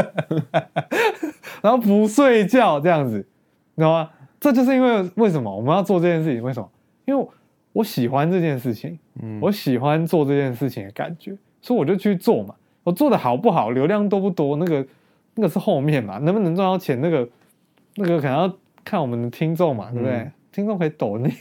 Speaker 4: 然后不睡觉这样子，你知道吗？这就是因为什么我们要做这件事情？为什么？因为我喜欢这件事情，我喜欢做这件事情的感觉，所以我就去做嘛。我做的好不好，流量多不多，那个是后面嘛，能不能赚到钱，那个可能要看我们的听众嘛，对不对？听众可以抖那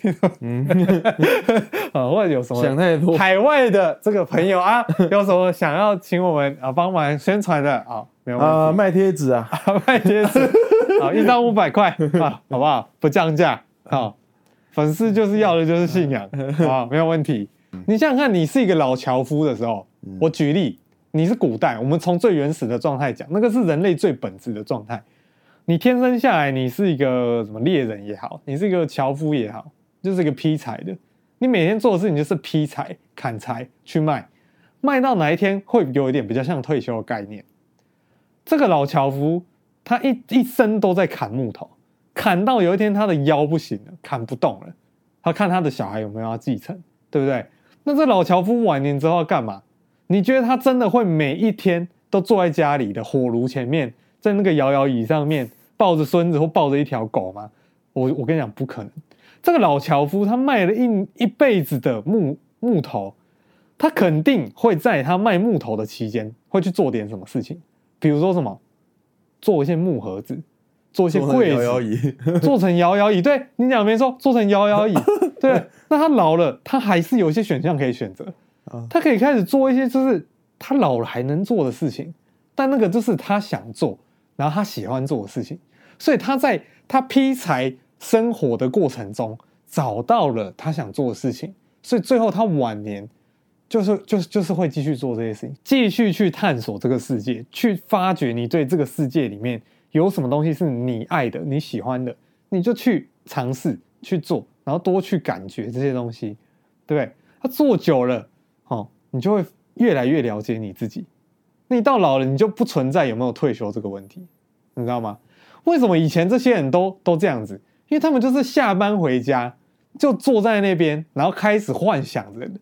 Speaker 4: 或者有什么
Speaker 1: 想太多
Speaker 4: 海外的这个朋友啊，有什么想要请我们帮忙宣传的没有问题
Speaker 1: 卖贴纸啊，
Speaker 4: 卖贴纸1张500块好不好？不降价粉丝就是要的就是信仰没有问题。你想想看，你是一个老樵夫的时候，我举例。你是古代，我们从最原始的状态讲，那个是人类最本质的状态。你天生下来，你是一个什么猎人也好，你是一个樵夫也好，就是一个劈柴的。你每天做的事情就是劈柴、砍柴去卖，卖到哪一天会有一点比较像退休的概念。这个老樵夫他一生都在砍木头，砍到有一天他的腰不行了，砍不动了，他看他的小孩有没有要继承，对不对？那这老樵夫晚年之后要干嘛？你觉得他真的会每一天都坐在家里的火炉前面，在那个摇摇椅上面抱着孙子或抱着一条狗吗？我跟你讲，不可能。这个老樵夫他卖了一辈子的木头，他肯定会在他卖木头的期间会去做点什么事情，比如说什么，做一些木盒子，做一些柜子，做成摇摇椅。对，你讲没错，做成摇摇椅。对，那他老了，他还是有一些选项可以选择。他可以开始做一些就是他老了还能做的事情，但那个就是他想做，然后他喜欢做的事情，所以他在他劈柴生活的过程中找到了他想做的事情，所以最后他晚年就是会继续做这些事情，继续去探索这个世界，去发掘你对这个世界里面有什么东西是你爱的、你喜欢的，你就去尝试去做，然后多去感觉这些东西，对不对？他做久了。你就会越来越了解你自己。你到老了，你就不存在有没有退休这个问题，你知道吗？为什么以前这些人都这样子？因为他们就是下班回家就坐在那边，然后开始幻想着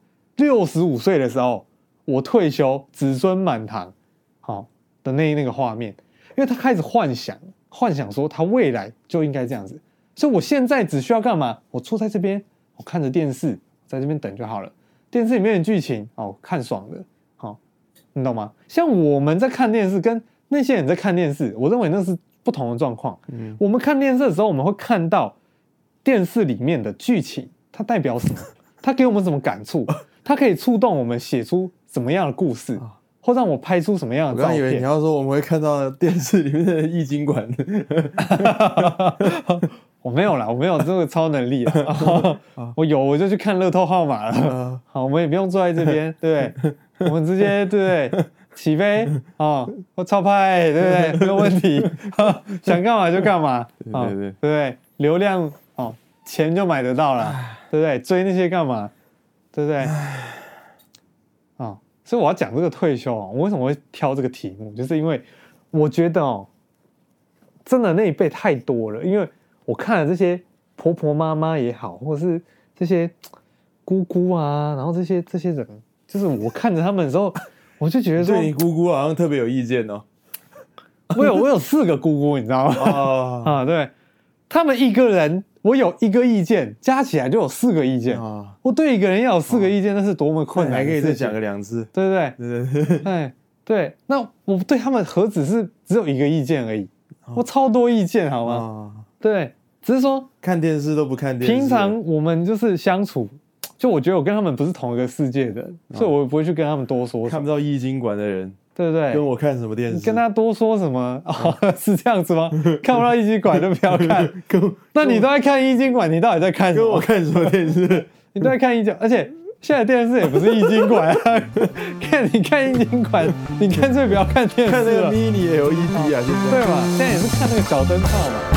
Speaker 4: 65岁的时候我退休，子孙满堂，的那个画面。因为他开始幻想说他未来就应该这样子，所以我现在只需要干嘛？我坐在这边，我看着电视，在这边等就好了。电视里面的剧情看爽了，你懂吗？像我们在看电视跟那些人在看电视，我认为那是不同的状况。我们看电视的时候，我们会看到电视里面的剧情，它代表什么？它给我们什么感触？它可以触动我们写出什么样的故事，或让我拍出什么样的照片。
Speaker 1: 我刚以为你要说我们会看到电视里面的易经馆。
Speaker 4: 我没有啦，我没有这个超能力啊！我有我就去看乐透号码了。好，我们也不用坐在这边，对不对？我们直接对不对？起飞或超派，对不对？没有问题。想干嘛就干嘛，对不对？流量钱就买得到了，对不对？追那些干嘛？对不对？所以我要讲这个退休我为什么会挑这个题目？就是因为我觉得真的那一辈太多了，因为我看了这些婆婆妈妈也好，或者是这些姑姑啊，然后这些人，就是我看着他们的时候，我就觉得说，
Speaker 1: 对你姑姑好像特别有意见哦。
Speaker 4: 我有4个姑姑，你知道吗？对，他们一个人我有1个意见，加起来就有4个意见
Speaker 1: 啊！
Speaker 4: 我对一个人要有4个意见，那是多么困难！
Speaker 1: 还可以再讲个2次，
Speaker 4: 对不对？
Speaker 1: 对，
Speaker 4: 哎，对，那我对他们何止是只有1个意见而已，我超多意见，好吗？对，只是说
Speaker 1: 看电视都不看电视。
Speaker 4: 平常我们就是相处，就我觉得我跟他们不是同一个世界的人，所以我不会去跟他们多说什么。
Speaker 1: 看不到易经馆的人，
Speaker 4: 对不对？
Speaker 1: 跟我看什么电视？
Speaker 4: 你跟他多说什么？哦，是这样子吗？看不到易经馆就不要看。那你都在看易经馆，你到底在看什么？
Speaker 1: 跟我看什么电视？
Speaker 4: 你都在看易经，而且现在电视也不是易经馆啊。你看易经馆，你干脆不要看电视了。
Speaker 1: 看那个 mini LED 啊，现在
Speaker 4: 对嘛？现在也是看那个小灯泡嘛。